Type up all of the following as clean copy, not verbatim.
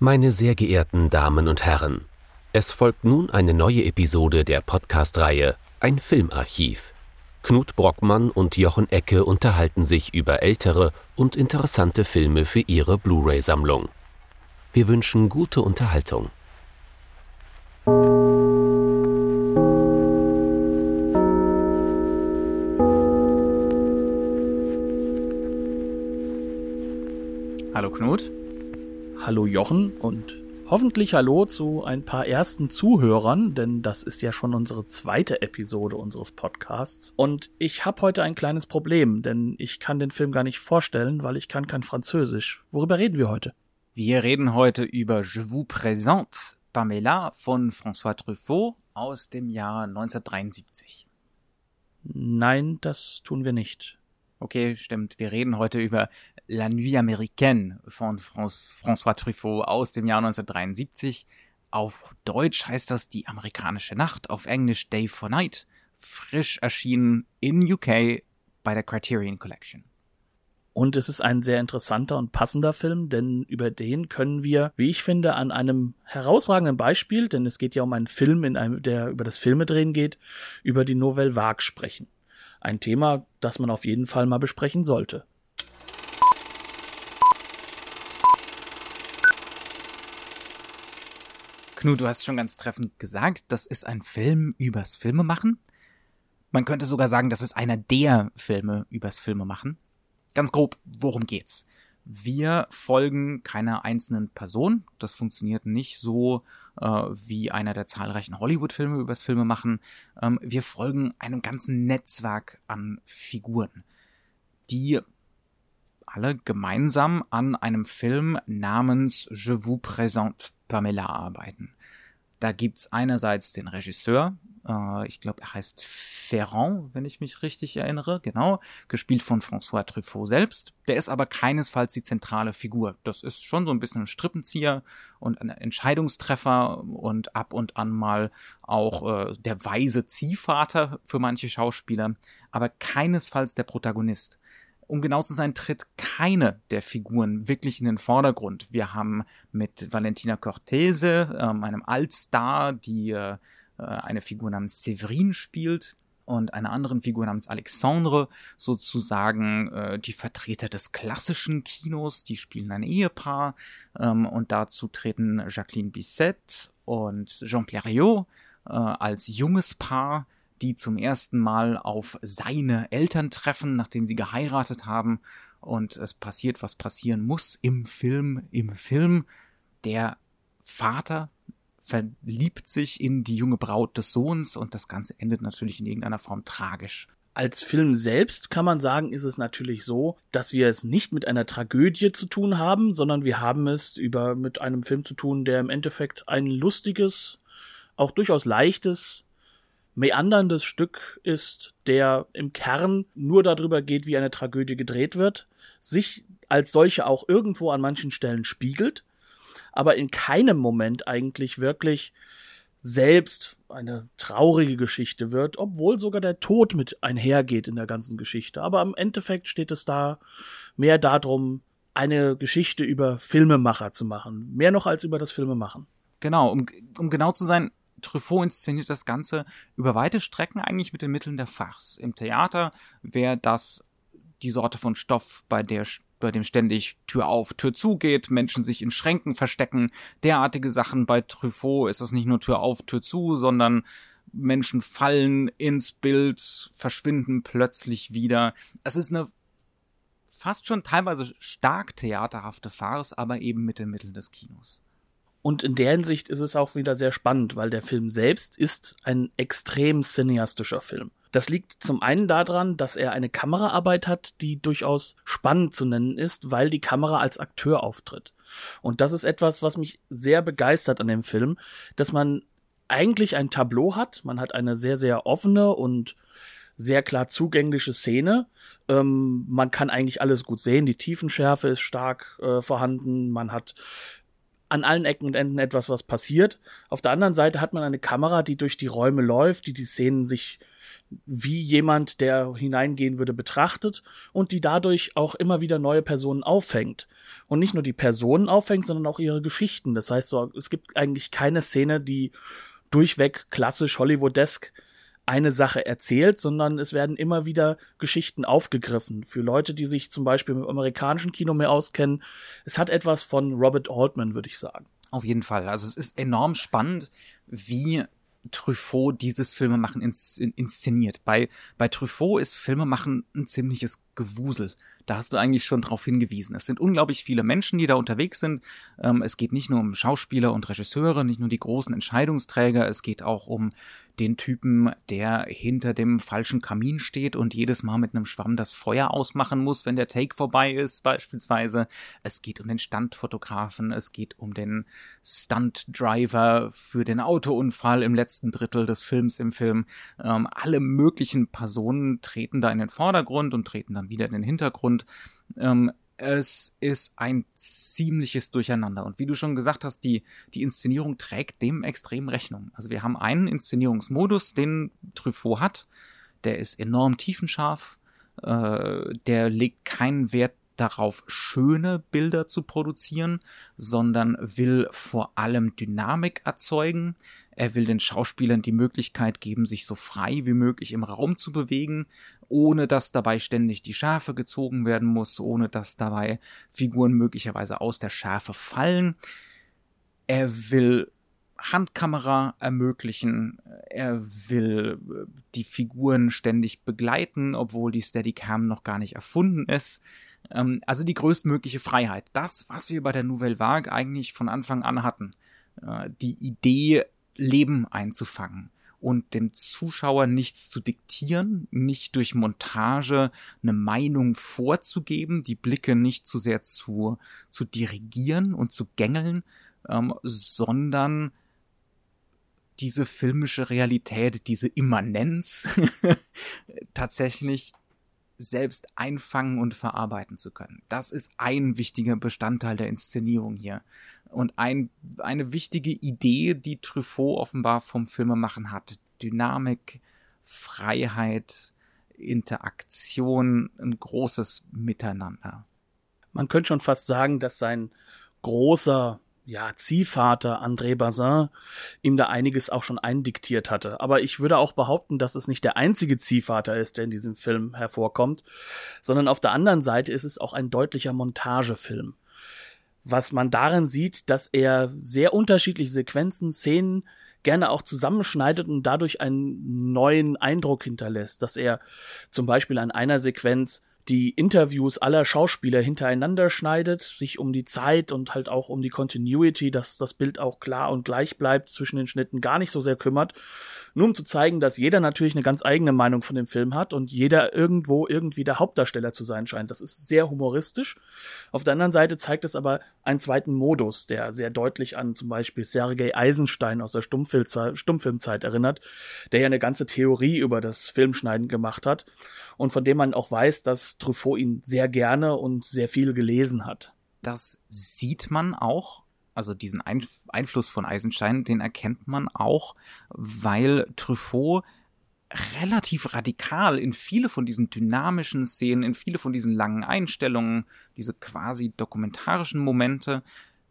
Meine sehr geehrten Damen und Herren, es folgt nun eine neue Episode der Podcast-Reihe Ein Filmarchiv. Knut Brockmann und Jochen Ecke unterhalten sich über ältere und interessante Filme für ihre Blu-ray-Sammlung. Wir wünschen gute Unterhaltung. Hallo Knut. Hallo Jochen und hoffentlich hallo zu ein paar ersten Zuhörern, denn das ist ja schon unsere zweite Episode unseres Podcasts. Und ich habe heute ein kleines Problem, denn ich kann den Film gar nicht vorstellen, weil ich kann kein Französisch. Worüber reden wir heute? Wir reden heute über Je vous présente Pamela von François Truffaut aus dem Jahr 1973. Nein, das tun wir nicht. Okay, stimmt. Wir reden heute über La Nuit Américaine von François Truffaut aus dem Jahr 1973. Auf Deutsch heißt das Die amerikanische Nacht, auf Englisch Day for Night. Frisch erschienen in UK bei der Criterion Collection. Und es ist ein sehr interessanter und passender Film, denn über den können wir, wie ich finde, an einem herausragenden Beispiel, denn es geht ja um einen Film, der über das Filmedrehen geht, über die Nouvelle Vague sprechen. Ein Thema, das man auf jeden Fall mal besprechen sollte. Knut, du hast schon ganz treffend gesagt, das ist ein Film übers Filmemachen. Man könnte sogar sagen, das ist einer der Filme übers Filmemachen. Ganz grob, worum geht's? Wir folgen keiner einzelnen Person. Das funktioniert nicht so wie einer der zahlreichen Hollywood-Filme übers Filmemachen. Wir folgen einem ganzen Netzwerk an Figuren, die alle gemeinsam an einem Film namens Je vous présente Pamela arbeiten. Da gibt's einerseits den Regisseur, ich glaube, er heißt Ferrand, wenn ich mich richtig erinnere, genau, gespielt von François Truffaut selbst. Der ist aber keinesfalls die zentrale Figur. Das ist schon so ein bisschen ein Strippenzieher und ein Entscheidungstreffer und ab und an mal auch der weise Ziehvater für manche Schauspieler, aber keinesfalls der Protagonist. Um genau zu sein, tritt keine der Figuren wirklich in den Vordergrund. Wir haben mit Valentina Cortese, einem Altstar, die eine Figur namens Séverine spielt und einer anderen Figur namens Alexandre, sozusagen die Vertreter des klassischen Kinos, die spielen ein Ehepaar und dazu treten Jacqueline Bisset und Jean Blériot als junges Paar, die zum ersten Mal auf seine Eltern treffen, nachdem sie geheiratet haben. Und es passiert, was passieren muss im Film. Der Vater verliebt sich in die junge Braut des Sohns und das Ganze endet natürlich in irgendeiner Form tragisch. Als Film selbst kann man sagen, ist es natürlich so, dass wir es nicht mit einer Tragödie zu tun haben, sondern wir haben es mit einem Film zu tun, der im Endeffekt ein lustiges, auch durchaus leichtes, meanderndes Stück ist, der im Kern nur darüber geht, wie eine Tragödie gedreht wird, sich als solche auch irgendwo an manchen Stellen spiegelt, aber in keinem Moment eigentlich wirklich selbst eine traurige Geschichte wird, obwohl sogar der Tod mit einhergeht in der ganzen Geschichte. Aber im Endeffekt steht es da mehr darum, eine Geschichte über Filmemacher zu machen, mehr noch als über das Filmemachen. Genau, um genau zu sein, Truffaut inszeniert das Ganze über weite Strecken eigentlich mit den Mitteln der Farce. Im Theater wäre das die Sorte von Stoff, bei dem ständig Tür auf, Tür zu geht, Menschen sich in Schränken verstecken, derartige Sachen. Bei Truffaut ist es nicht nur Tür auf, Tür zu, sondern Menschen fallen ins Bild, verschwinden plötzlich wieder. Es ist eine fast schon teilweise stark theaterhafte Farce, aber eben mit den Mitteln des Kinos. Und in der Hinsicht ist es auch wieder sehr spannend, weil der Film selbst ist ein extrem cineastischer Film. Das liegt zum einen daran, dass er eine Kameraarbeit hat, die durchaus spannend zu nennen ist, weil die Kamera als Akteur auftritt. Und das ist etwas, was mich sehr begeistert an dem Film, dass man eigentlich ein Tableau hat. Man hat eine sehr, sehr offene und sehr klar zugängliche Szene. Man kann eigentlich alles gut sehen. Die Tiefenschärfe ist stark vorhanden. Man hat an allen Ecken und Enden etwas, was passiert. Auf der anderen Seite hat man eine Kamera, die durch die Räume läuft, die Szenen sich wie jemand, der hineingehen würde, betrachtet und die dadurch auch immer wieder neue Personen auffängt. Und nicht nur die Personen auffängt, sondern auch ihre Geschichten. Das heißt, es gibt eigentlich keine Szene, die durchweg klassisch Hollywoodesk eine Sache erzählt, sondern es werden immer wieder Geschichten aufgegriffen. Für Leute, die sich zum Beispiel mit dem amerikanischen Kino mehr auskennen, es hat etwas von Robert Altman, würde ich sagen. Auf jeden Fall. Also es ist enorm spannend, wie Truffaut dieses Filmemachen inszeniert. Bei Truffaut ist Filmemachen ein ziemliches Gewusel. Da hast du eigentlich schon drauf hingewiesen. Es sind unglaublich viele Menschen, die da unterwegs sind. Es geht nicht nur um Schauspieler und Regisseure, nicht nur die großen Entscheidungsträger. Es geht auch um den Typen, der hinter dem falschen Kamin steht und jedes Mal mit einem Schwamm das Feuer ausmachen muss, wenn der Take vorbei ist, beispielsweise. Es geht um den Standfotografen, es geht um den Stuntdriver für den Autounfall im letzten Drittel des Films im Film. Alle möglichen Personen treten da in den Vordergrund und treten dann wieder in den Hintergrund. Es ist ein ziemliches Durcheinander. Und wie du schon gesagt hast, die Inszenierung trägt dem extrem Rechnung. Also wir haben einen Inszenierungsmodus, den Truffaut hat. Der ist enorm tiefenscharf. Der legt keinen Wert darauf, schöne Bilder zu produzieren, sondern will vor allem Dynamik erzeugen. Er will den Schauspielern die Möglichkeit geben, sich so frei wie möglich im Raum zu bewegen, ohne dass dabei ständig die Schärfe gezogen werden muss, ohne dass dabei Figuren möglicherweise aus der Schärfe fallen. Er will Handkamera ermöglichen, er will die Figuren ständig begleiten, obwohl die Steadicam noch gar nicht erfunden ist. Also die größtmögliche Freiheit. Das, was wir bei der Nouvelle Vague eigentlich von Anfang an hatten. Die Idee, Leben einzufangen und dem Zuschauer nichts zu diktieren, nicht durch Montage eine Meinung vorzugeben, die Blicke nicht zu sehr zu dirigieren und zu gängeln, sondern diese filmische Realität, diese Immanenz tatsächlich selbst einfangen und verarbeiten zu können. Das ist ein wichtiger Bestandteil der Inszenierung hier. Und eine wichtige Idee, die Truffaut offenbar vom Filmemachen hat. Dynamik, Freiheit, Interaktion, ein großes Miteinander. Man könnte schon fast sagen, dass sein großer Ziehvater André Bazin ihm da einiges auch schon eindiktiert hatte. Aber ich würde auch behaupten, dass es nicht der einzige Ziehvater ist, der in diesem Film hervorkommt, sondern auf der anderen Seite ist es auch ein deutlicher Montagefilm. Was man darin sieht, dass er sehr unterschiedliche Sequenzen, Szenen gerne auch zusammenschneidet und dadurch einen neuen Eindruck hinterlässt. Dass er zum Beispiel an einer Sequenz die Interviews aller Schauspieler hintereinander schneidet, sich um die Zeit und halt auch um die Continuity, dass das Bild auch klar und gleich bleibt zwischen den Schnitten, gar nicht so sehr kümmert. Nur um zu zeigen, dass jeder natürlich eine ganz eigene Meinung von dem Film hat und jeder irgendwo irgendwie der Hauptdarsteller zu sein scheint. Das ist sehr humoristisch. Auf der anderen Seite zeigt es aber einen zweiten Modus, der sehr deutlich an zum Beispiel Sergei Eisenstein aus der Stummfilmzeit erinnert, der ja eine ganze Theorie über das Filmschneiden gemacht hat und von dem man auch weiß, dass Truffaut ihn sehr gerne und sehr viel gelesen hat. Das sieht man auch. Also diesen Einfluss von Eisenstein, den erkennt man auch, weil Truffaut relativ radikal in viele von diesen dynamischen Szenen, in viele von diesen langen Einstellungen, diese quasi dokumentarischen Momente,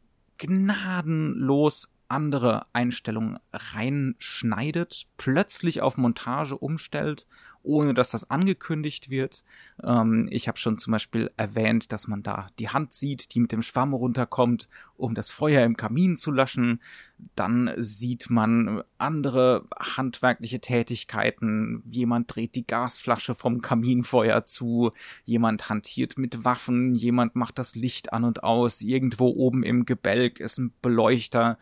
gnadenlos andere Einstellungen reinschneidet, plötzlich auf Montage umstellt, ohne dass das angekündigt wird. Ich habe schon zum Beispiel erwähnt, dass man da die Hand sieht, die mit dem Schwamm runterkommt, um das Feuer im Kamin zu löschen. Dann sieht man andere handwerkliche Tätigkeiten. Jemand dreht die Gasflasche vom Kaminfeuer zu, jemand hantiert mit Waffen, jemand macht das Licht an und aus. Irgendwo oben im Gebälk ist ein Beleuchter,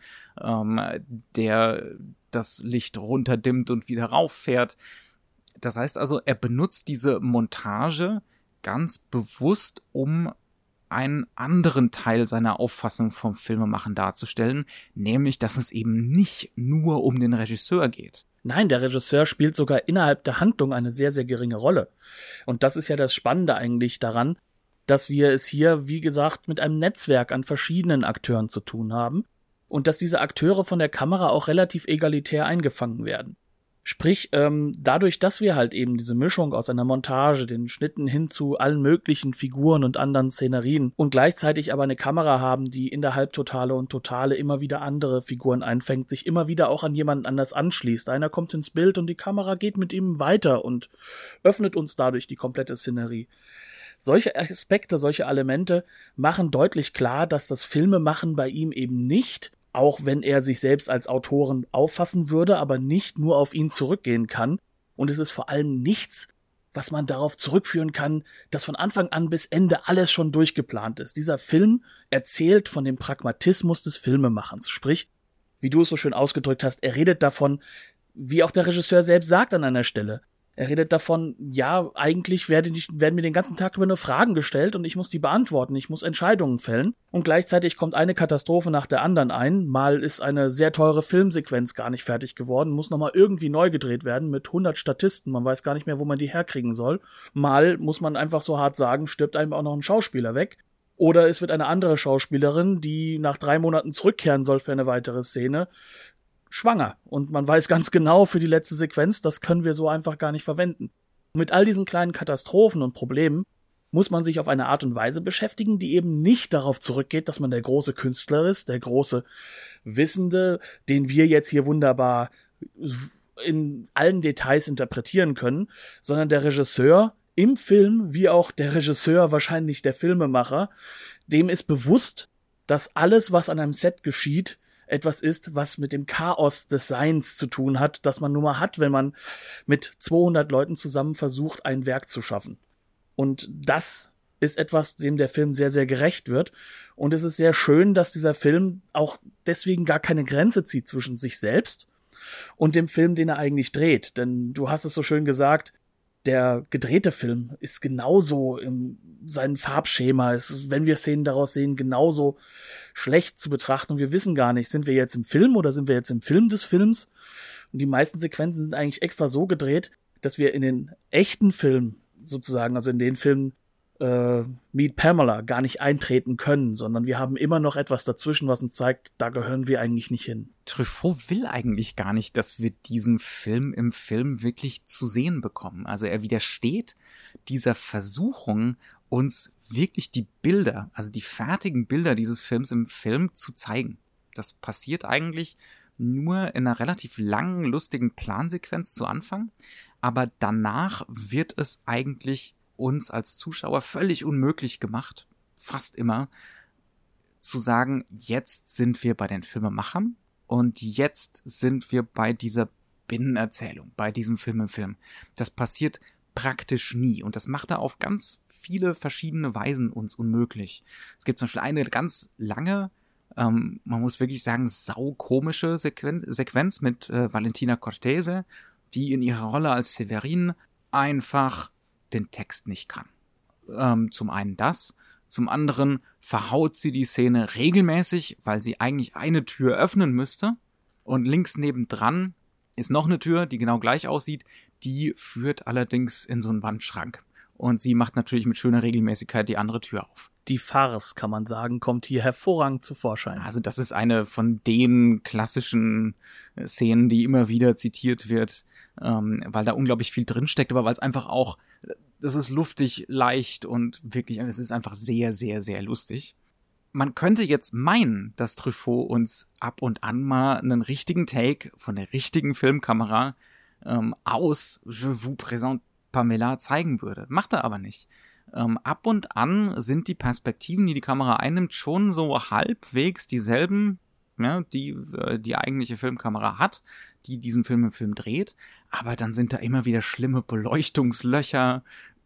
der das Licht runterdimmt und wieder rauffährt. Das heißt also, er benutzt diese Montage ganz bewusst, um einen anderen Teil seiner Auffassung vom Filmemachen darzustellen, nämlich, dass es eben nicht nur um den Regisseur geht. Nein, der Regisseur spielt sogar innerhalb der Handlung eine sehr, sehr geringe Rolle. Und das ist ja das Spannende eigentlich daran, dass wir es hier, wie gesagt, mit einem Netzwerk an verschiedenen Akteuren zu tun haben und dass diese Akteure von der Kamera auch relativ egalitär eingefangen werden. Sprich, dadurch, dass wir halt eben diese Mischung aus einer Montage, den Schnitten hin zu allen möglichen Figuren und anderen Szenerien und gleichzeitig aber eine Kamera haben, die in der Halbtotale und Totale immer wieder andere Figuren einfängt, sich immer wieder auch an jemanden anders anschließt. Einer kommt ins Bild und die Kamera geht mit ihm weiter und öffnet uns dadurch die komplette Szenerie. Solche Aspekte, solche Elemente machen deutlich klar, dass das Filmemachen bei ihm eben nicht, auch wenn er sich selbst als Autoren auffassen würde, aber nicht nur auf ihn zurückgehen kann. Und es ist vor allem nichts, was man darauf zurückführen kann, dass von Anfang an bis Ende alles schon durchgeplant ist. Dieser Film erzählt von dem Pragmatismus des Filmemachens. Sprich, wie du es so schön ausgedrückt hast, er redet davon, wie auch der Regisseur selbst sagt an einer Stelle. Er redet davon, ja, eigentlich werden mir den ganzen Tag über nur Fragen gestellt und ich muss die beantworten, ich muss Entscheidungen fällen. Und gleichzeitig kommt eine Katastrophe nach der anderen ein. Mal ist eine sehr teure Filmsequenz gar nicht fertig geworden, muss nochmal irgendwie neu gedreht werden mit 100 Statisten, man weiß gar nicht mehr, wo man die herkriegen soll. Mal muss man einfach so hart sagen, stirbt einem auch noch ein Schauspieler weg. Oder es wird eine andere Schauspielerin, die nach 3 Monaten zurückkehren soll für eine weitere Szene, schwanger. Und man weiß ganz genau, für die letzte Sequenz, das können wir so einfach gar nicht verwenden. Mit all diesen kleinen Katastrophen und Problemen muss man sich auf eine Art und Weise beschäftigen, die eben nicht darauf zurückgeht, dass man der große Künstler ist, der große Wissende, den wir jetzt hier wunderbar in allen Details interpretieren können, sondern der Regisseur im Film, wie auch der Regisseur, wahrscheinlich der Filmemacher, dem ist bewusst, dass alles, was an einem Set geschieht, etwas ist, was mit dem Chaos des Seins zu tun hat, das man nun mal hat, wenn man mit 200 Leuten zusammen versucht, ein Werk zu schaffen. Und das ist etwas, dem der Film sehr, sehr gerecht wird. Und es ist sehr schön, dass dieser Film auch deswegen gar keine Grenze zieht zwischen sich selbst und dem Film, den er eigentlich dreht. Denn du hast es so schön gesagt, der gedrehte Film ist genauso in seinem Farbschema, ist, wenn wir Szenen daraus sehen, genauso schlecht zu betrachten. Und wir wissen gar nicht, sind wir jetzt im Film oder sind wir jetzt im Film des Films? Und die meisten Sequenzen sind eigentlich extra so gedreht, dass wir in den echten Film sozusagen, also in den Filmen Meet Pamela, gar nicht eintreten können, sondern wir haben immer noch etwas dazwischen, was uns zeigt, da gehören wir eigentlich nicht hin. Truffaut will eigentlich gar nicht, dass wir diesen Film im Film wirklich zu sehen bekommen. Also er widersteht dieser Versuchung, uns wirklich die Bilder, also die fertigen Bilder dieses Films im Film zu zeigen. Das passiert eigentlich nur in einer relativ langen, lustigen Plansequenz zu Anfang, aber danach wird es eigentlich uns als Zuschauer völlig unmöglich gemacht, fast immer, zu sagen, jetzt sind wir bei den Filmemachern und jetzt sind wir bei dieser Binnenerzählung, bei diesem Film im Film. Das passiert praktisch nie und das macht er auf ganz viele verschiedene Weisen uns unmöglich. Es gibt zum Beispiel eine ganz lange, man muss wirklich sagen, saukomische Sequenz mit Valentina Cortese, die in ihrer Rolle als Severine einfach den Text nicht kann. Zum einen das, zum anderen verhaut sie die Szene regelmäßig, weil sie eigentlich eine Tür öffnen müsste und links nebendran ist noch eine Tür, die genau gleich aussieht, die führt allerdings in so einen Wandschrank und sie macht natürlich mit schöner Regelmäßigkeit die andere Tür auf. Die Farce, kann man sagen, kommt hier hervorragend zu Vorschein. Also das ist eine von den klassischen Szenen, die immer wieder zitiert wird, weil da unglaublich viel drinsteckt, aber weil es einfach auch, das ist luftig, leicht und wirklich, es ist einfach sehr, sehr, sehr lustig. Man könnte jetzt meinen, dass Truffaut uns ab und an mal einen richtigen Take von der richtigen Filmkamera aus Je vous présente Pamela zeigen würde. Macht er aber nicht. Ab und an sind die Perspektiven, die die Kamera einnimmt, schon so halbwegs dieselben, ja, die die eigentliche Filmkamera hat, die diesen Film im Film dreht, aber dann sind da immer wieder schlimme Beleuchtungslöcher,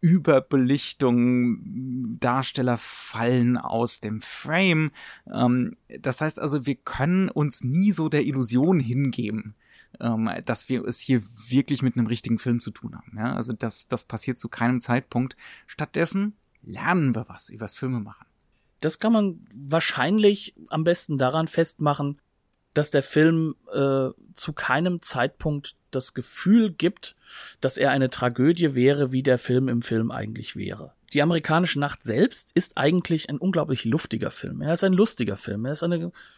Überbelichtung, Darsteller fallen aus dem Frame. Das heißt also, wir können uns nie so der Illusion hingeben, dass wir es hier wirklich mit einem richtigen Film zu tun haben. Ja? Also das passiert zu keinem Zeitpunkt. Stattdessen lernen wir was übers Filmemachen. Das kann man wahrscheinlich am besten daran festmachen, dass der Film zu keinem Zeitpunkt das Gefühl gibt, dass er eine Tragödie wäre, wie der Film im Film eigentlich wäre. Die amerikanische Nacht selbst ist eigentlich ein unglaublich luftiger Film. Er ist ein lustiger Film. Er ist eine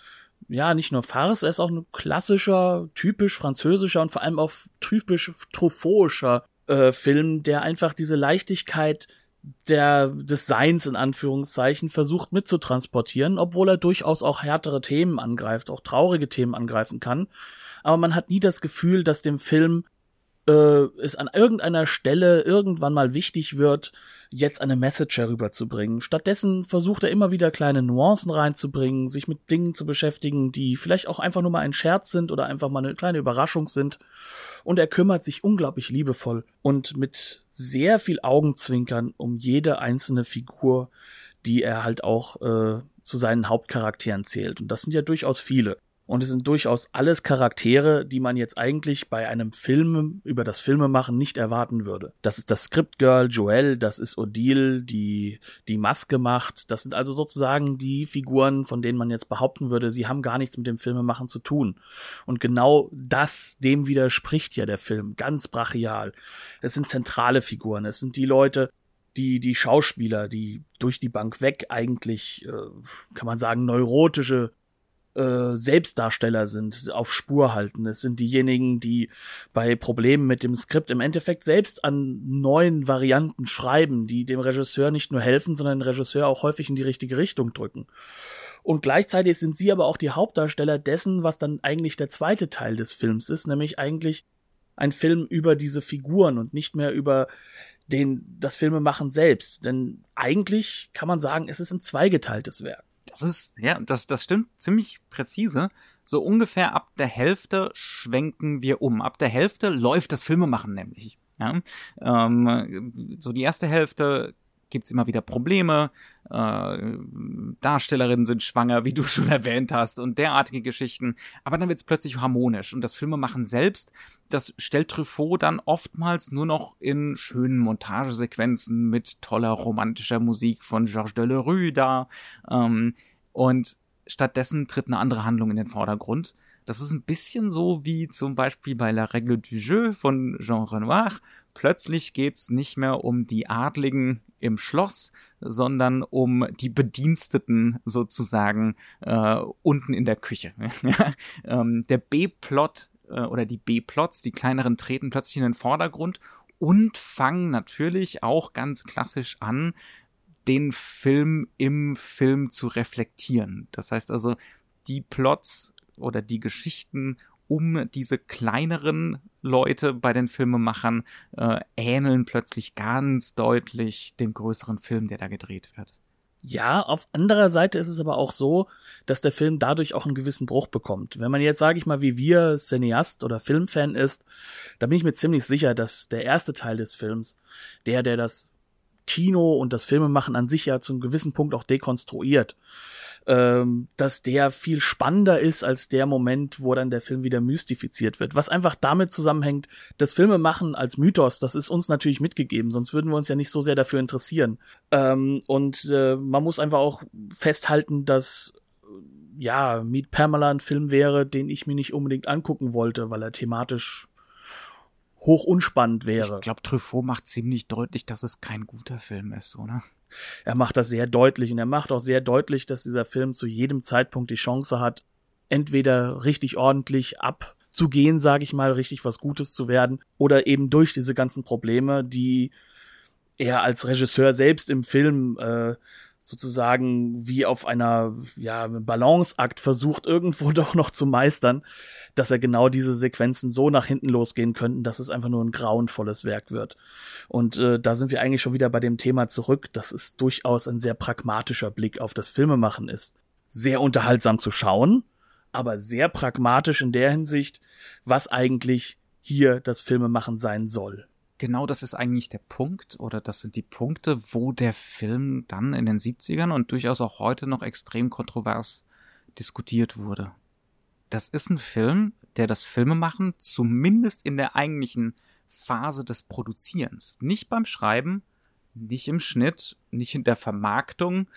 ja, nicht nur Farce, er ist auch ein klassischer, typisch französischer und vor allem auch typisch trophäischer Film, der einfach diese Leichtigkeit des Seins in Anführungszeichen versucht mitzutransportieren, obwohl er durchaus auch härtere Themen angreift, auch traurige Themen angreifen kann. Aber man hat nie das Gefühl, dass dem Film es an irgendeiner Stelle irgendwann mal wichtig wird, jetzt eine Message herüberzubringen. Stattdessen versucht er immer wieder kleine Nuancen reinzubringen, sich mit Dingen zu beschäftigen, die vielleicht auch einfach nur mal ein Scherz sind oder einfach mal eine kleine Überraschung sind. Und er kümmert sich unglaublich liebevoll und mit sehr viel Augenzwinkern um jede einzelne Figur, die er halt auch zu seinen Hauptcharakteren zählt. Und das sind ja durchaus viele. Und es sind durchaus alles Charaktere, die man jetzt eigentlich bei einem Film über das Filmemachen nicht erwarten würde. Das ist das Script-Girl Joelle, das ist Odile, die Maske macht. Das sind also sozusagen die Figuren, von denen man jetzt behaupten würde, sie haben gar nichts mit dem Filmemachen zu tun. Und genau dem widerspricht ja der Film, ganz brachial. Es sind zentrale Figuren, es sind die Leute, die Schauspieler, die durch die Bank weg eigentlich, kann man sagen, neurotische Selbstdarsteller sind, auf Spur halten. Es sind diejenigen, die bei Problemen mit dem Skript im Endeffekt selbst an neuen Varianten schreiben, die dem Regisseur nicht nur helfen, sondern den Regisseur auch häufig in die richtige Richtung drücken. Und gleichzeitig sind sie aber auch die Hauptdarsteller dessen, was dann eigentlich der zweite Teil des Films ist, nämlich eigentlich ein Film über diese Figuren und nicht mehr über das Filmemachen selbst. Denn eigentlich kann man sagen, es ist ein zweigeteiltes Werk. Das stimmt ziemlich präzise. So ungefähr ab der Hälfte schwenken wir um. Ab der Hälfte läuft das Filmemachen nämlich. Ja? So die erste Hälfte gibt's immer wieder Probleme. Darstellerinnen sind schwanger, wie du schon erwähnt hast, und derartige Geschichten. Aber dann wird's plötzlich harmonisch. Und das Filmemachen selbst, das stellt Truffaut dann oftmals nur noch in schönen Montagesequenzen mit toller romantischer Musik von Georges Delerue dar. Und stattdessen tritt eine andere Handlung in den Vordergrund. Das ist ein bisschen so wie zum Beispiel bei La Règle du Jeu von Jean Renoir. Plötzlich geht's nicht mehr um die Adligen im Schloss, sondern um die Bediensteten sozusagen unten in der Küche. Der B-Plot oder die B-Plots, die kleineren, treten plötzlich in den Vordergrund und fangen natürlich auch ganz klassisch an, den Film im Film zu reflektieren. Das heißt also, die Plots oder die Geschichten um diese kleineren Leute bei den Filmemachern ähneln plötzlich ganz deutlich dem größeren Film, der da gedreht wird. Ja, auf anderer Seite ist es aber auch so, dass der Film dadurch auch einen gewissen Bruch bekommt. Wenn man jetzt, sage ich mal, wie wir Cineast oder Filmfan ist, da bin ich mir ziemlich sicher, dass der erste Teil des Films, der das Kino und das Filmemachen an sich ja zu einem gewissen Punkt auch dekonstruiert, dass der viel spannender ist als der Moment, wo dann der Film wieder mystifiziert wird. Was einfach damit zusammenhängt, das Filmemachen als Mythos, das ist uns natürlich mitgegeben, sonst würden wir uns ja nicht so sehr dafür interessieren. Man muss einfach auch festhalten, dass Meet Pamela ein Film wäre, den ich mir nicht unbedingt angucken wollte, weil er thematisch hoch unspannend wäre. Ich glaube, Truffaut macht ziemlich deutlich, dass es kein guter Film ist, oder? Er macht das sehr deutlich und er macht auch sehr deutlich, dass dieser Film zu jedem Zeitpunkt die Chance hat, entweder richtig ordentlich abzugehen, sage ich mal, richtig was Gutes zu werden, oder eben durch diese ganzen Probleme, die er als Regisseur selbst im Film sozusagen wie auf einer Balanceakt versucht, irgendwo doch noch zu meistern, dass er genau diese Sequenzen so nach hinten losgehen könnten, dass es einfach nur ein grauenvolles Werk wird. Und da sind wir eigentlich schon wieder bei dem Thema zurück, dass es durchaus ein sehr pragmatischer Blick auf das Filmemachen ist. Sehr unterhaltsam zu schauen, aber sehr pragmatisch in der Hinsicht, was eigentlich hier das Filmemachen sein soll. Genau, das ist eigentlich der Punkt, oder das sind die Punkte, wo der Film dann in den 70ern und durchaus auch heute noch extrem kontrovers diskutiert wurde. Das ist ein Film, der das Filmemachen zumindest in der eigentlichen Phase des Produzierens, nicht beim Schreiben, nicht im Schnitt, nicht in der Vermarktung,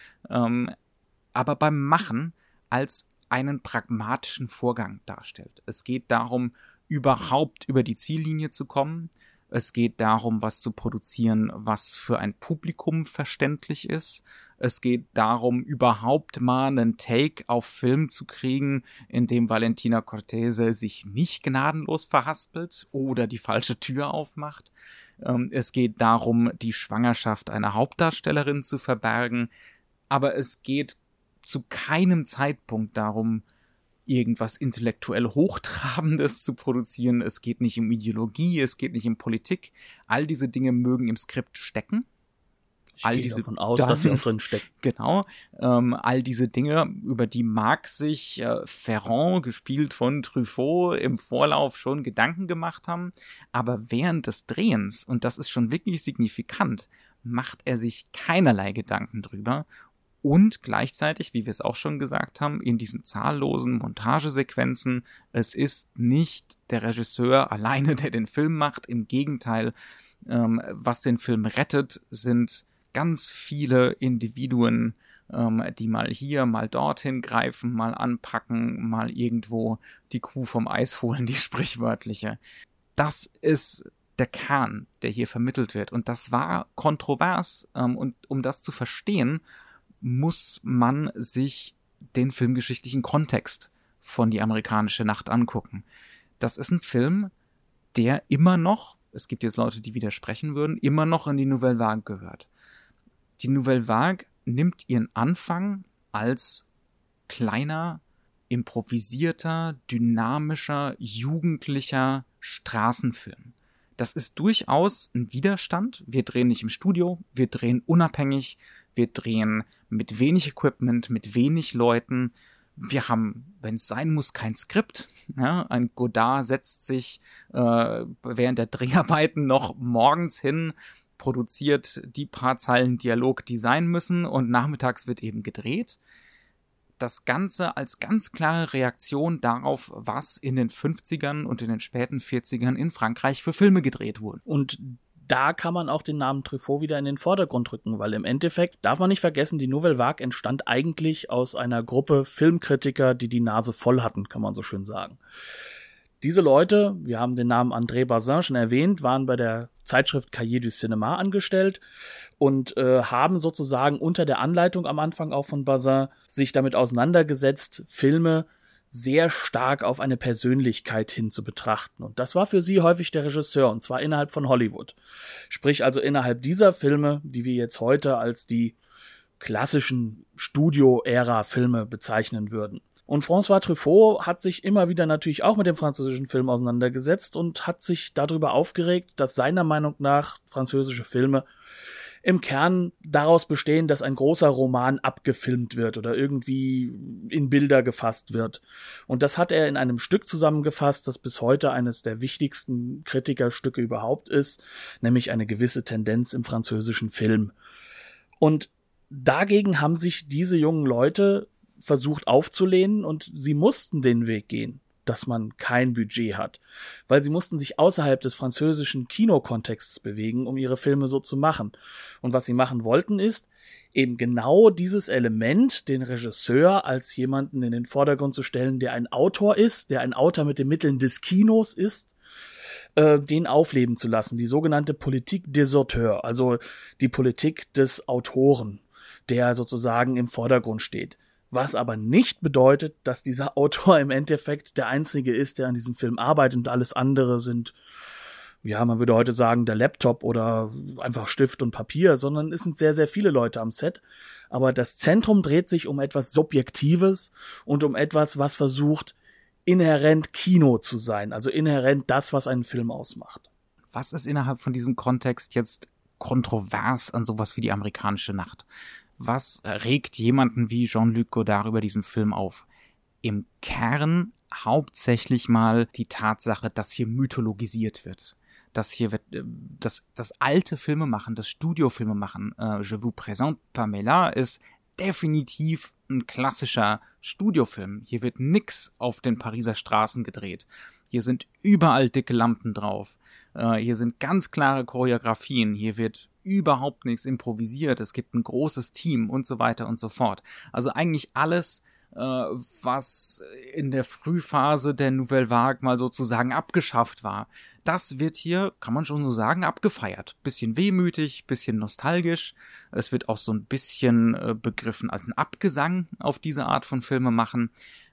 aber beim Machen als einen pragmatischen Vorgang darstellt. Es geht darum, überhaupt über die Ziellinie zu kommen. Es geht darum, was zu produzieren, was für ein Publikum verständlich ist. Es geht darum, überhaupt mal einen Take auf Film zu kriegen, in dem Valentina Cortese sich nicht gnadenlos verhaspelt oder die falsche Tür aufmacht. Es geht darum, die Schwangerschaft einer Hauptdarstellerin zu verbergen. Aber es geht zu keinem Zeitpunkt darum, irgendwas intellektuell Hochtrabendes zu produzieren. Es geht nicht um Ideologie, es geht nicht um Politik. All diese Dinge mögen im Skript stecken. Ich gehe davon aus, dass sie auch drin stecken. Genau. All diese Dinge, über die mag sich Ferrand, gespielt von Truffaut, im Vorlauf schon Gedanken gemacht haben. Aber während des Drehens, und das ist schon wirklich signifikant, macht er sich keinerlei Gedanken drüber. Und gleichzeitig, wie wir es auch schon gesagt haben, in diesen zahllosen Montagesequenzen, es ist nicht der Regisseur alleine, der den Film macht. Im Gegenteil, was den Film rettet, sind ganz viele Individuen, die mal hier, mal dorthin greifen, mal anpacken, mal irgendwo die Kuh vom Eis holen, die sprichwörtliche. Das ist der Kern, der hier vermittelt wird. Und das war kontrovers. Und um das zu verstehen, muss man sich den filmgeschichtlichen Kontext von Die amerikanische Nacht angucken. Das ist ein Film, der immer noch, es gibt jetzt Leute, die widersprechen würden, immer noch in die Nouvelle Vague gehört. Die Nouvelle Vague nimmt ihren Anfang als kleiner, improvisierter, dynamischer, jugendlicher Straßenfilm. Das ist durchaus ein Widerstand. Wir drehen nicht im Studio, wir drehen unabhängig, wir drehen mit wenig Equipment, mit wenig Leuten. Wir haben, wenn es sein muss, kein Skript. Ja, ein Godard setzt sich während der Dreharbeiten noch morgens hin, produziert die paar Zeilen Dialog, die sein müssen, und nachmittags wird eben gedreht. Das Ganze als ganz klare Reaktion darauf, was in den 50ern und in den späten 40ern in Frankreich für Filme gedreht wurden. Und da kann man auch den Namen Truffaut wieder in den Vordergrund rücken, weil im Endeffekt darf man nicht vergessen, die Nouvelle Vague entstand eigentlich aus einer Gruppe Filmkritiker, die die Nase voll hatten, kann man so schön sagen. Diese Leute, wir haben den Namen André Bazin schon erwähnt, waren bei der Zeitschrift Cahiers du Cinéma angestellt und haben sozusagen unter der Anleitung am Anfang auch von Bazin sich damit auseinandergesetzt, Filme sehr stark auf eine Persönlichkeit hin zu betrachten. Und das war für sie häufig der Regisseur, und zwar innerhalb von Hollywood. Sprich also innerhalb dieser Filme, die wir jetzt heute als die klassischen Studio-Ära-Filme bezeichnen würden. Und François Truffaut hat sich immer wieder natürlich auch mit dem französischen Film auseinandergesetzt und hat sich darüber aufgeregt, dass seiner Meinung nach französische Filme im Kern daraus bestehen, dass ein großer Roman abgefilmt wird oder irgendwie in Bilder gefasst wird. Und das hat er in einem Stück zusammengefasst, das bis heute eines der wichtigsten Kritikerstücke überhaupt ist, nämlich eine gewisse Tendenz im französischen Film. Und dagegen haben sich diese jungen Leute versucht aufzulehnen, und sie mussten den Weg gehen, dass man kein Budget hat, weil sie mussten sich außerhalb des französischen Kinokontexts bewegen, um ihre Filme so zu machen. Und was sie machen wollten, ist eben genau dieses Element, den Regisseur als jemanden in den Vordergrund zu stellen, der ein Autor ist, der ein Autor mit den Mitteln des Kinos ist, den aufleben zu lassen, die sogenannte Politique des auteurs, also die Politik des Autoren, der sozusagen im Vordergrund steht. Was aber nicht bedeutet, dass dieser Autor im Endeffekt der Einzige ist, der an diesem Film arbeitet, und alles andere sind, ja, man würde heute sagen, der Laptop oder einfach Stift und Papier, sondern es sind sehr, sehr viele Leute am Set. Aber das Zentrum dreht sich um etwas Subjektives und um etwas, was versucht, inhärent Kino zu sein, also inhärent das, was einen Film ausmacht. Was ist innerhalb von diesem Kontext jetzt kontrovers an sowas wie Die amerikanische Nacht? Was regt jemanden wie Jean-Luc Godard über diesen Film auf? Im Kern hauptsächlich mal die Tatsache, dass hier mythologisiert wird. Dass hier wird das alte Filmemachen, das Studiofilmemachen, Je vous présente Pamela, ist definitiv ein klassischer Studiofilm. Hier wird nix auf den Pariser Straßen gedreht. Hier sind überall dicke Lampen drauf. Hier sind ganz klare Choreografien. Hier wird überhaupt nichts improvisiert. Es gibt ein großes Team und so weiter und so fort. Also eigentlich alles, was in der Frühphase der Nouvelle Vague mal sozusagen abgeschafft war. Das wird hier, kann man schon so sagen, abgefeiert. Bisschen wehmütig, bisschen nostalgisch. Es wird auch so ein bisschen begriffen als ein Abgesang auf diese Art von Filme machen.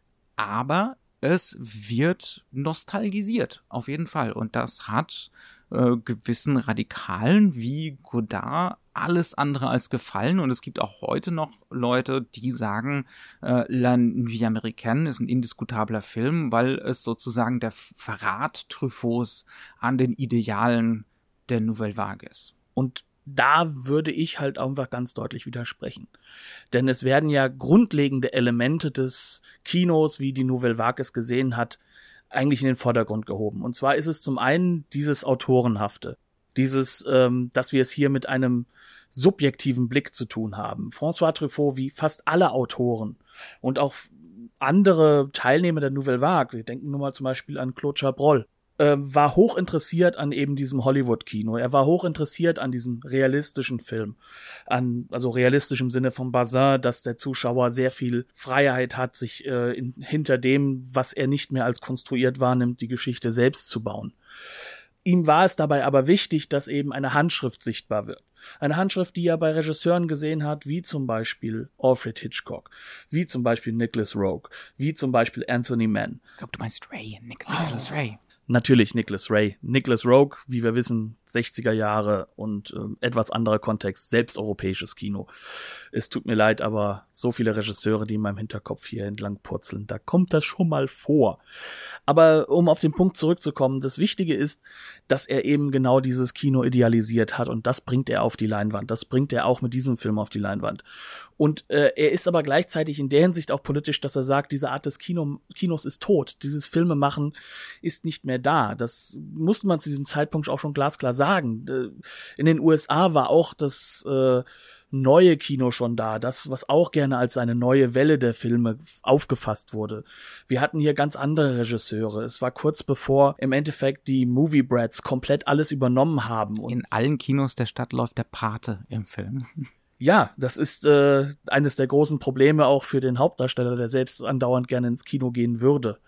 Aber es wird nostalgisiert, auf jeden Fall. Und das hat gewissen Radikalen wie Godard alles andere als gefallen. Und es gibt auch heute noch Leute, die sagen, La Nuit Américaine ist ein indiskutabler Film, weil es sozusagen der Verrat Truffauts an den Idealen der Nouvelle Vague ist. Und da würde ich halt einfach ganz deutlich widersprechen. Denn es werden ja grundlegende Elemente des Kinos, wie die Nouvelle Vague es gesehen hat, eigentlich in den Vordergrund gehoben. Und zwar ist es zum einen dieses Autorenhafte. Dieses, dass wir es hier mit einem subjektiven Blick zu tun haben. François Truffaut, wie fast alle Autoren und auch andere Teilnehmer der Nouvelle Vague, wir denken nur mal zum Beispiel an Claude Chabrol, war hoch interessiert an eben diesem Hollywood-Kino. Er war hoch interessiert an diesem realistischen Film. Also realistisch im Sinne von Bazin, dass der Zuschauer sehr viel Freiheit hat, sich hinter dem, was er nicht mehr als konstruiert wahrnimmt, die Geschichte selbst zu bauen. Ihm war es dabei aber wichtig, dass eben eine Handschrift sichtbar wird. Eine Handschrift, die er bei Regisseuren gesehen hat, wie zum Beispiel Alfred Hitchcock, wie zum Beispiel Nicholas Roeg, wie zum Beispiel Anthony Mann. Ich glaube, du meinst Ray, Nicholas Ray. Natürlich Nicholas Ray. Nicholas Roeg, wie wir wissen, 60er Jahre und etwas anderer Kontext, selbst europäisches Kino. Es tut mir leid, aber so viele Regisseure, die in meinem Hinterkopf hier entlang purzeln, da kommt das schon mal vor. Aber um auf den Punkt zurückzukommen, das Wichtige ist, dass er eben genau dieses Kino idealisiert hat und das bringt er auf die Leinwand. Das bringt er auch mit diesem Film auf die Leinwand. Und er ist aber gleichzeitig in der Hinsicht auch politisch, dass er sagt, diese Art des Kinos ist tot. Dieses Filmemachen ist nicht mehr da. Das musste man zu diesem Zeitpunkt auch schon glasklar sagen. In den USA war auch das neue Kino schon da, das, was auch gerne als eine neue Welle der Filme aufgefasst wurde. Wir hatten hier ganz andere Regisseure. Es war kurz bevor im Endeffekt die Movie Brats komplett alles übernommen haben. Und in allen Kinos der Stadt läuft der Pate im Film. Ja, das ist eines der großen Probleme auch für den Hauptdarsteller, der selbst andauernd gerne ins Kino gehen würde.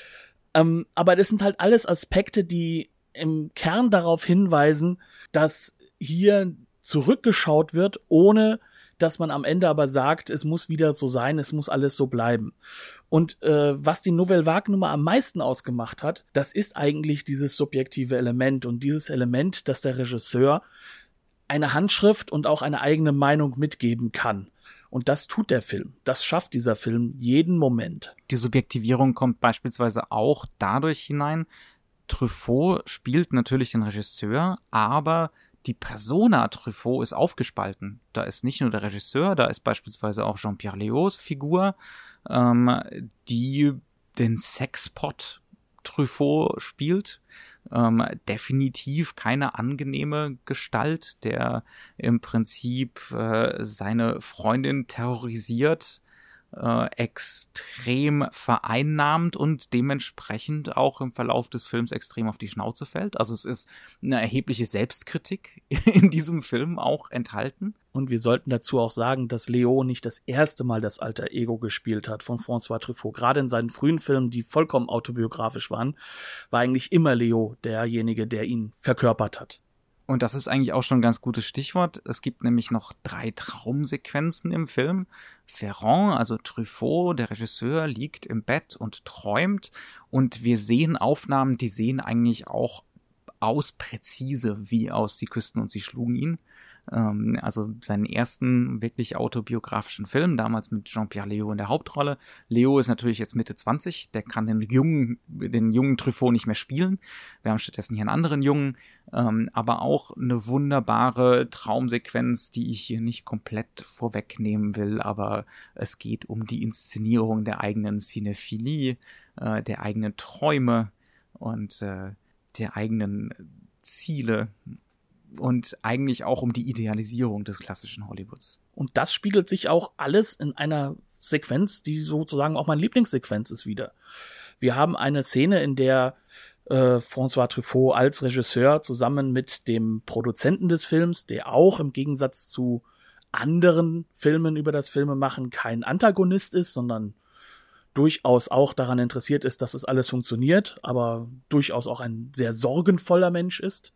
Aber das sind halt alles Aspekte, die im Kern darauf hinweisen, dass hier zurückgeschaut wird, ohne dass man am Ende aber sagt, es muss wieder so sein, es muss alles so bleiben. Und was die Nouvelle Vague Nummer am meisten ausgemacht hat, das ist eigentlich dieses subjektive Element und dieses Element, dass der Regisseur eine Handschrift und auch eine eigene Meinung mitgeben kann. Und das tut der Film. Das schafft dieser Film jeden Moment. Die Subjektivierung kommt beispielsweise auch dadurch hinein, Truffaut spielt natürlich den Regisseur, aber die Persona Truffaut ist aufgespalten. Da ist nicht nur der Regisseur, da ist beispielsweise auch Jean-Pierre Léaus Figur, die den Sexpot Truffaut spielt. Definitiv keine angenehme Gestalt, der im Prinzip seine Freundin terrorisiert, extrem vereinnahmt und dementsprechend auch im Verlauf des Films extrem auf die Schnauze fällt. Also es ist eine erhebliche Selbstkritik in diesem Film auch enthalten. Und wir sollten dazu auch sagen, dass Léaus nicht das erste Mal das Alter Ego gespielt hat von François Truffaut. Gerade in seinen frühen Filmen, die vollkommen autobiografisch waren, war eigentlich immer Léaus derjenige, der ihn verkörpert hat. Und das ist eigentlich auch schon ein ganz gutes Stichwort. Es gibt nämlich noch 3 Traumsequenzen im Film. Ferrand, also Truffaut, der Regisseur, liegt im Bett und träumt. Und wir sehen Aufnahmen, die sehen eigentlich auch aus präzise wie aus Sie küssten und sie schlugen ihn. Also seinen ersten wirklich autobiografischen Film, damals mit Jean-Pierre Léaus in der Hauptrolle. Léaus ist natürlich jetzt Mitte 20, der kann den jungen Truffaut nicht mehr spielen. Wir haben stattdessen hier einen anderen Jungen, aber auch eine wunderbare Traumsequenz, die ich hier nicht komplett vorwegnehmen will, aber es geht um die Inszenierung der eigenen Cinephilie, der eigenen Träume und der eigenen Ziele. Und eigentlich auch um die Idealisierung des klassischen Hollywoods. Und das spiegelt sich auch alles in einer Sequenz, die sozusagen auch meine Lieblingssequenz ist wieder. Wir haben eine Szene, in der François Truffaut als Regisseur zusammen mit dem Produzenten des Films, der auch im Gegensatz zu anderen Filmen über das Filmemachen kein Antagonist ist, sondern durchaus auch daran interessiert ist, dass es alles funktioniert, aber durchaus auch ein sehr sorgenvoller Mensch ist.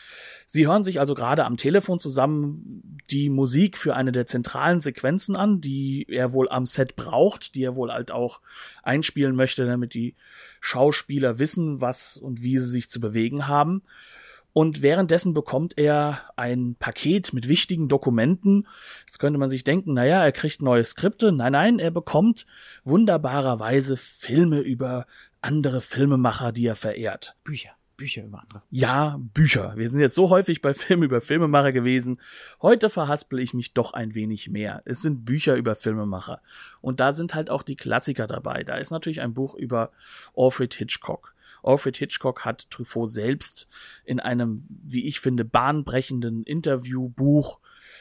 Sie hören sich also gerade am Telefon zusammen die Musik für eine der zentralen Sequenzen an, die er wohl am Set braucht, die er wohl halt auch einspielen möchte, damit die Schauspieler wissen, was und wie sie sich zu bewegen haben. Und währenddessen bekommt er ein Paket mit wichtigen Dokumenten. Jetzt könnte man sich denken, naja, er kriegt neue Skripte. Nein, er bekommt wunderbarerweise Filme über andere Filmemacher, die er verehrt. Bücher über andere. Ja, Bücher. Wir sind jetzt so häufig bei Filmen über Filmemacher gewesen. Heute verhaspel ich mich doch ein wenig mehr. Es sind Bücher über Filmemacher. Und da sind halt auch die Klassiker dabei. Da ist natürlich ein Buch über Alfred Hitchcock. Alfred Hitchcock hat Truffaut selbst in einem, wie ich finde, bahnbrechenden Interviewbuch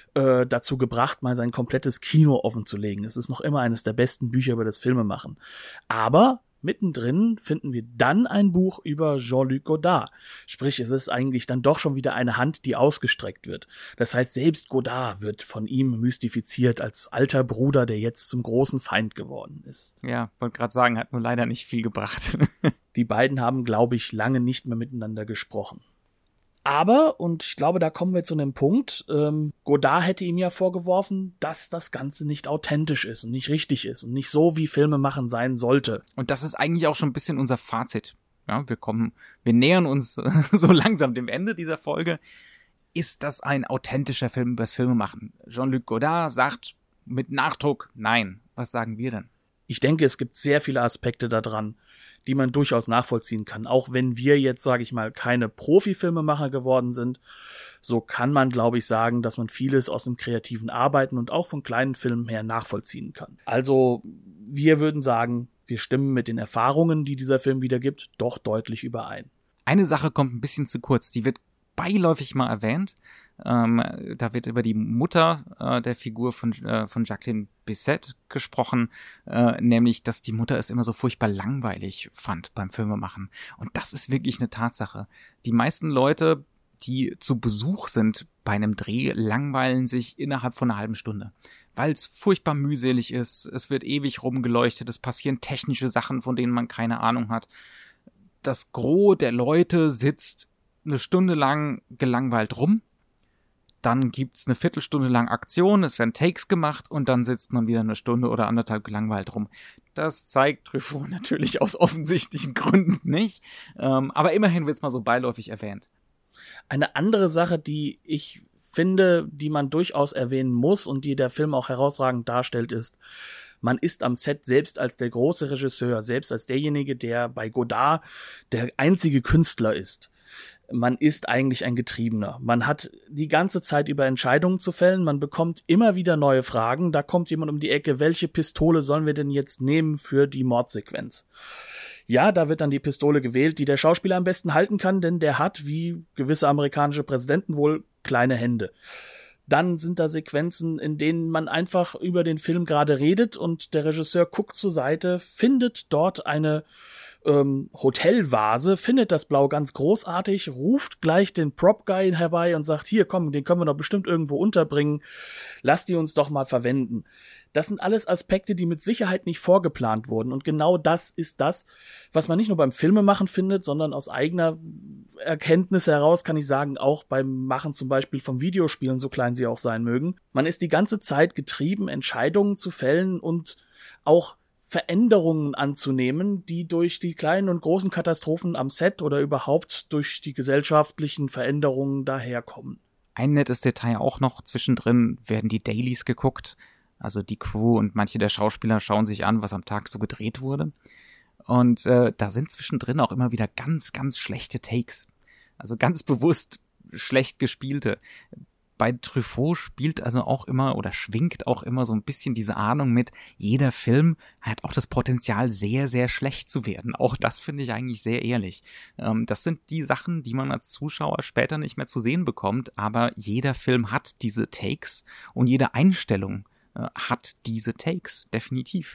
dazu gebracht, mal sein komplettes Kino offenzulegen. Es ist noch immer eines der besten Bücher über das Filmemachen. Aber mittendrin finden wir dann ein Buch über Jean-Luc Godard. Sprich, es ist eigentlich dann doch schon wieder eine Hand, die ausgestreckt wird. Das heißt, selbst Godard wird von ihm mystifiziert als alter Bruder, der jetzt zum großen Feind geworden ist. Ja, wollte gerade sagen, hat nur leider nicht viel gebracht. Die beiden haben, glaube ich, lange nicht mehr miteinander gesprochen. Aber, und ich glaube, da kommen wir zu einem Punkt, Godard hätte ihm ja vorgeworfen, dass das Ganze nicht authentisch ist und nicht richtig ist und nicht so, wie Filme machen sein sollte. Und das ist eigentlich auch schon ein bisschen unser Fazit. Ja, wir nähern uns so langsam dem Ende dieser Folge. Ist das ein authentischer Film übers Filmemachen? Jean-Luc Godard sagt mit Nachdruck nein. Was sagen wir denn? Ich denke, es gibt sehr viele Aspekte da dran, die man durchaus nachvollziehen kann. Auch wenn wir jetzt, sage ich mal, keine Profi-Filmemacher geworden sind, so kann man, glaube ich, sagen, dass man vieles aus dem kreativen Arbeiten und auch von kleinen Filmen her nachvollziehen kann. Also, wir würden sagen, wir stimmen mit den Erfahrungen, die dieser Film wiedergibt, doch deutlich überein. Eine Sache kommt ein bisschen zu kurz, die wird beiläufig mal erwähnt. Da wird über die Mutter der Figur von Jacqueline Bisset gesprochen, nämlich, dass die Mutter es immer so furchtbar langweilig fand beim Filmemachen. Und das ist wirklich eine Tatsache. Die meisten Leute, die zu Besuch sind bei einem Dreh, langweilen sich innerhalb von einer halben Stunde, weil es furchtbar mühselig ist, es wird ewig rumgeleuchtet, es passieren technische Sachen, von denen man keine Ahnung hat. Das Gros der Leute sitzt eine Stunde lang gelangweilt rum, dann gibt's eine Viertelstunde lang Aktion, es werden Takes gemacht und dann sitzt man wieder eine Stunde oder anderthalb gelangweilt rum. Das zeigt Truffaut natürlich aus offensichtlichen Gründen nicht, aber immerhin wird's mal so beiläufig erwähnt. Eine andere Sache, die ich finde, die man durchaus erwähnen muss und die der Film auch herausragend darstellt, ist, man ist am Set selbst als der große Regisseur, selbst als derjenige, der bei Godard der einzige Künstler ist. Man ist eigentlich ein Getriebener. Man hat die ganze Zeit über Entscheidungen zu fällen. Man bekommt immer wieder neue Fragen. Da kommt jemand um die Ecke. Welche Pistole sollen wir denn jetzt nehmen für die Mordsequenz? Ja, da wird dann die Pistole gewählt, die der Schauspieler am besten halten kann, denn der hat, wie gewisse amerikanische Präsidenten wohl, kleine Hände. Dann sind da Sequenzen, in denen man einfach über den Film gerade redet und der Regisseur guckt zur Seite, findet dort eine Hotelvase, findet das Blau ganz großartig, ruft gleich den Prop-Guy herbei und sagt, hier, komm, den können wir doch bestimmt irgendwo unterbringen, lass die uns doch mal verwenden. Das sind alles Aspekte, die mit Sicherheit nicht vorgeplant wurden und genau das ist das, was man nicht nur beim Filmemachen findet, sondern aus eigener Erkenntnis heraus kann ich sagen, auch beim Machen zum Beispiel von Videospielen, so klein sie auch sein mögen. Man ist die ganze Zeit getrieben, Entscheidungen zu fällen und auch Veränderungen anzunehmen, die durch die kleinen und großen Katastrophen am Set oder überhaupt durch die gesellschaftlichen Veränderungen daherkommen. Ein nettes Detail auch noch, zwischendrin werden die Dailies geguckt, also die Crew und manche der Schauspieler schauen sich an, was am Tag so gedreht wurde. Und da sind zwischendrin auch immer wieder ganz, ganz schlechte Takes. Also ganz bewusst schlecht gespielte. Bei Truffaut spielt also auch immer oder schwingt auch immer so ein bisschen diese Ahnung mit, jeder Film hat auch das Potenzial, sehr, sehr schlecht zu werden. Auch das finde ich eigentlich sehr ehrlich. Das sind die Sachen, die man als Zuschauer später nicht mehr zu sehen bekommt, aber jeder Film hat diese Takes und jede Einstellung hat diese Takes, definitiv.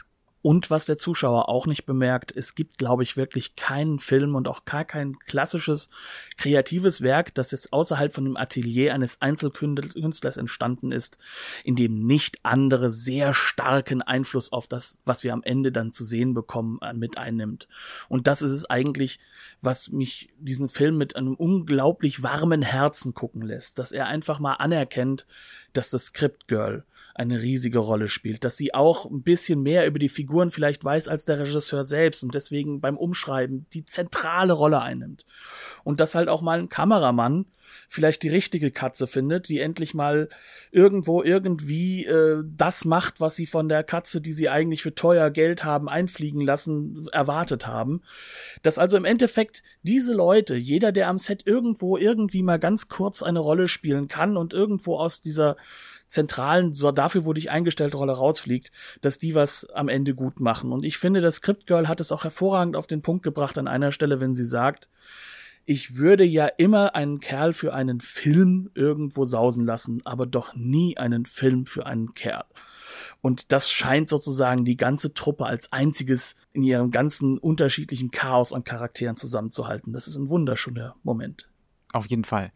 Und was der Zuschauer auch nicht bemerkt, es gibt, glaube ich, wirklich keinen Film und auch gar kein klassisches, kreatives Werk, das jetzt außerhalb von dem Atelier eines Einzelkünstlers entstanden ist, in dem nicht andere sehr starken Einfluss auf das, was wir am Ende dann zu sehen bekommen, mit einnimmt. Und das ist es eigentlich, was mich diesen Film mit einem unglaublich warmen Herzen gucken lässt, dass er einfach mal anerkennt, dass das Script Girl eine riesige Rolle spielt, dass sie auch ein bisschen mehr über die Figuren vielleicht weiß als der Regisseur selbst und deswegen beim Umschreiben die zentrale Rolle einnimmt. Und dass halt auch mal ein Kameramann vielleicht die richtige Katze findet, die endlich mal irgendwo irgendwie das macht, was sie von der Katze, die sie eigentlich für teuer Geld haben einfliegen lassen, erwartet haben. Dass also im Endeffekt diese Leute, jeder, der am Set irgendwo irgendwie mal ganz kurz eine Rolle spielen kann und irgendwo aus dieser zentralen, so dafür wurde ich eingestellt, Rolle rausfliegt, dass die was am Ende gut machen. Und ich finde, das Script Girl hat es auch hervorragend auf den Punkt gebracht an einer Stelle, wenn sie sagt, ich würde ja immer einen Kerl für einen Film irgendwo sausen lassen, aber doch nie einen Film für einen Kerl. Und das scheint sozusagen die ganze Truppe als einziges in ihrem ganzen unterschiedlichen Chaos an Charakteren zusammenzuhalten. Das ist ein wunderschöner Moment. Auf jeden Fall.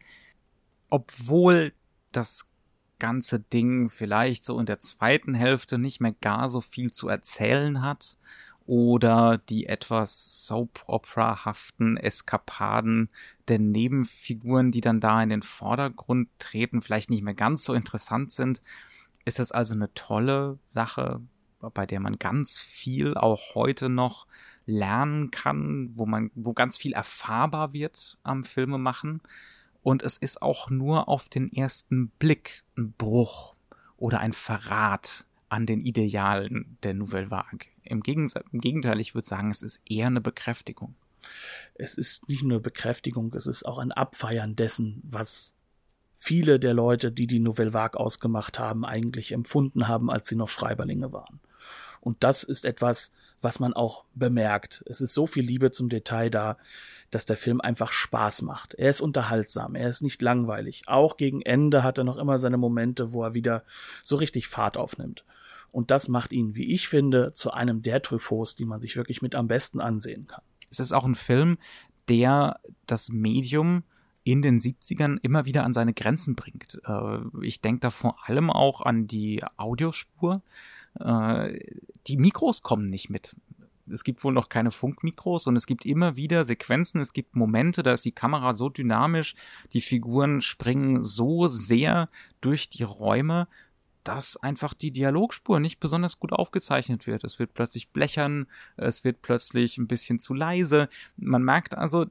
Obwohl das ganze Ding vielleicht so in der zweiten Hälfte nicht mehr gar so viel zu erzählen hat oder die etwas Soap-Opera-haften Eskapaden der Nebenfiguren, die dann da in den Vordergrund treten, vielleicht nicht mehr ganz so interessant sind, ist es also eine tolle Sache, bei der man ganz viel auch heute noch lernen kann, wo ganz viel erfahrbar wird am Filmemachen. Und es ist auch nur auf den ersten Blick ein Bruch oder ein Verrat an den Idealen der Nouvelle Vague. Im Gegenteil, ich würde sagen, es ist eher eine Bekräftigung. Es ist nicht nur Bekräftigung, es ist auch ein Abfeiern dessen, was viele der Leute, die die Nouvelle Vague ausgemacht haben, eigentlich empfunden haben, als sie noch Schreiberlinge waren. Und das ist etwas, was man auch bemerkt. Es ist so viel Liebe zum Detail da, dass der Film einfach Spaß macht. Er ist unterhaltsam, er ist nicht langweilig. Auch gegen Ende hat er noch immer seine Momente, wo er wieder so richtig Fahrt aufnimmt. Und das macht ihn, wie ich finde, zu einem der Truffauts, die man sich wirklich mit am besten ansehen kann. Es ist auch ein Film, der das Medium in den 70ern immer wieder an seine Grenzen bringt. Ich denke da vor allem auch an die Audiospur. Die Mikros kommen nicht mit. Es gibt wohl noch keine Funkmikros und es gibt immer wieder Sequenzen, es gibt Momente, da ist die Kamera so dynamisch, die Figuren springen so sehr durch die Räume, dass einfach die Dialogspur nicht besonders gut aufgezeichnet wird. Es wird plötzlich blechern, es wird plötzlich ein bisschen zu leise. Man merkt also,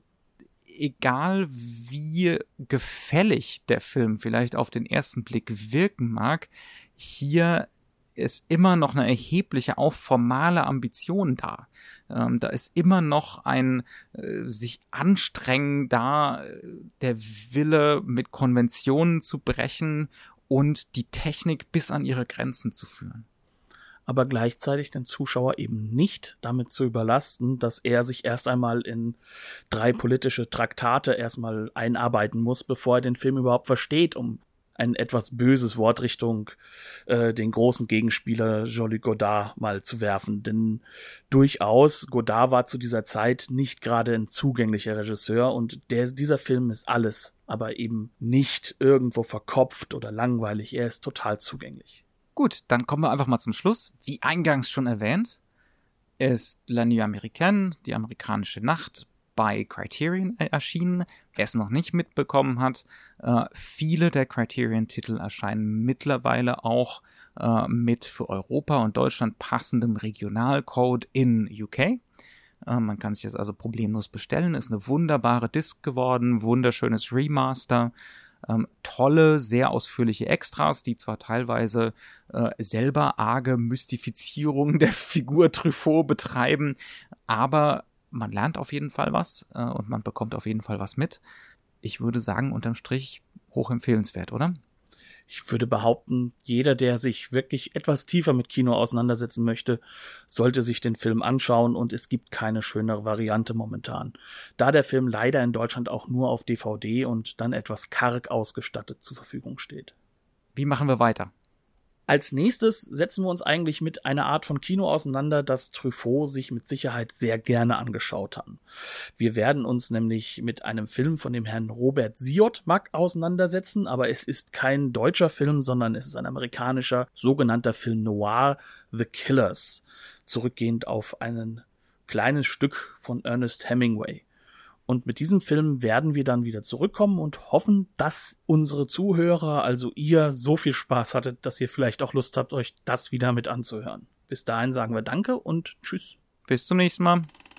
egal wie gefällig der Film vielleicht auf den ersten Blick wirken mag, hier ist immer noch eine erhebliche, auch formale Ambition da. Da ist immer noch ein sich anstrengen da, der Wille, mit Konventionen zu brechen und die Technik bis an ihre Grenzen zu führen. Aber gleichzeitig den Zuschauer eben nicht damit zu überlasten, dass er sich erst einmal in 3 politische Traktate erstmal einarbeiten muss, bevor er den Film überhaupt versteht, um ein etwas böses Wort Richtung den großen Gegenspieler Jean-Luc Godard mal zu werfen. Denn durchaus, Godard war zu dieser Zeit nicht gerade ein zugänglicher Regisseur und dieser Film ist alles, aber eben nicht irgendwo verkopft oder langweilig. Er ist total zugänglich. Gut, dann kommen wir einfach mal zum Schluss. Wie eingangs schon erwähnt, ist La Nuit Américaine, die amerikanische Nacht, bei Criterion erschienen. Wer es noch nicht mitbekommen hat, viele der Criterion-Titel erscheinen mittlerweile auch mit für Europa und Deutschland passendem Regionalcode in UK. Man kann sich das also problemlos bestellen. Ist eine wunderbare Disc geworden, wunderschönes Remaster. Tolle, sehr ausführliche Extras, die zwar teilweise selber arge Mystifizierung der Figur Truffaut betreiben, aber man lernt auf jeden Fall was und man bekommt auf jeden Fall was mit. Ich würde sagen, unterm Strich hochempfehlenswert, oder? Ich würde behaupten, jeder, der sich wirklich etwas tiefer mit Kino auseinandersetzen möchte, sollte sich den Film anschauen und es gibt keine schönere Variante momentan. Da der Film leider in Deutschland auch nur auf DVD und dann etwas karg ausgestattet zur Verfügung steht. Wie machen wir weiter? Als nächstes setzen wir uns eigentlich mit einer Art von Kino auseinander, das Truffaut sich mit Sicherheit sehr gerne angeschaut hat. Wir werden uns nämlich mit einem Film von dem Herrn Robert Siodmak auseinandersetzen, aber es ist kein deutscher Film, sondern es ist ein amerikanischer, sogenannter Film Noir, The Killers, zurückgehend auf ein kleines Stück von Ernest Hemingway. Und mit diesem Film werden wir dann wieder zurückkommen und hoffen, dass unsere Zuhörer, also ihr, so viel Spaß hattet, dass ihr vielleicht auch Lust habt, euch das wieder mit anzuhören. Bis dahin sagen wir Danke und Tschüss. Bis zum nächsten Mal.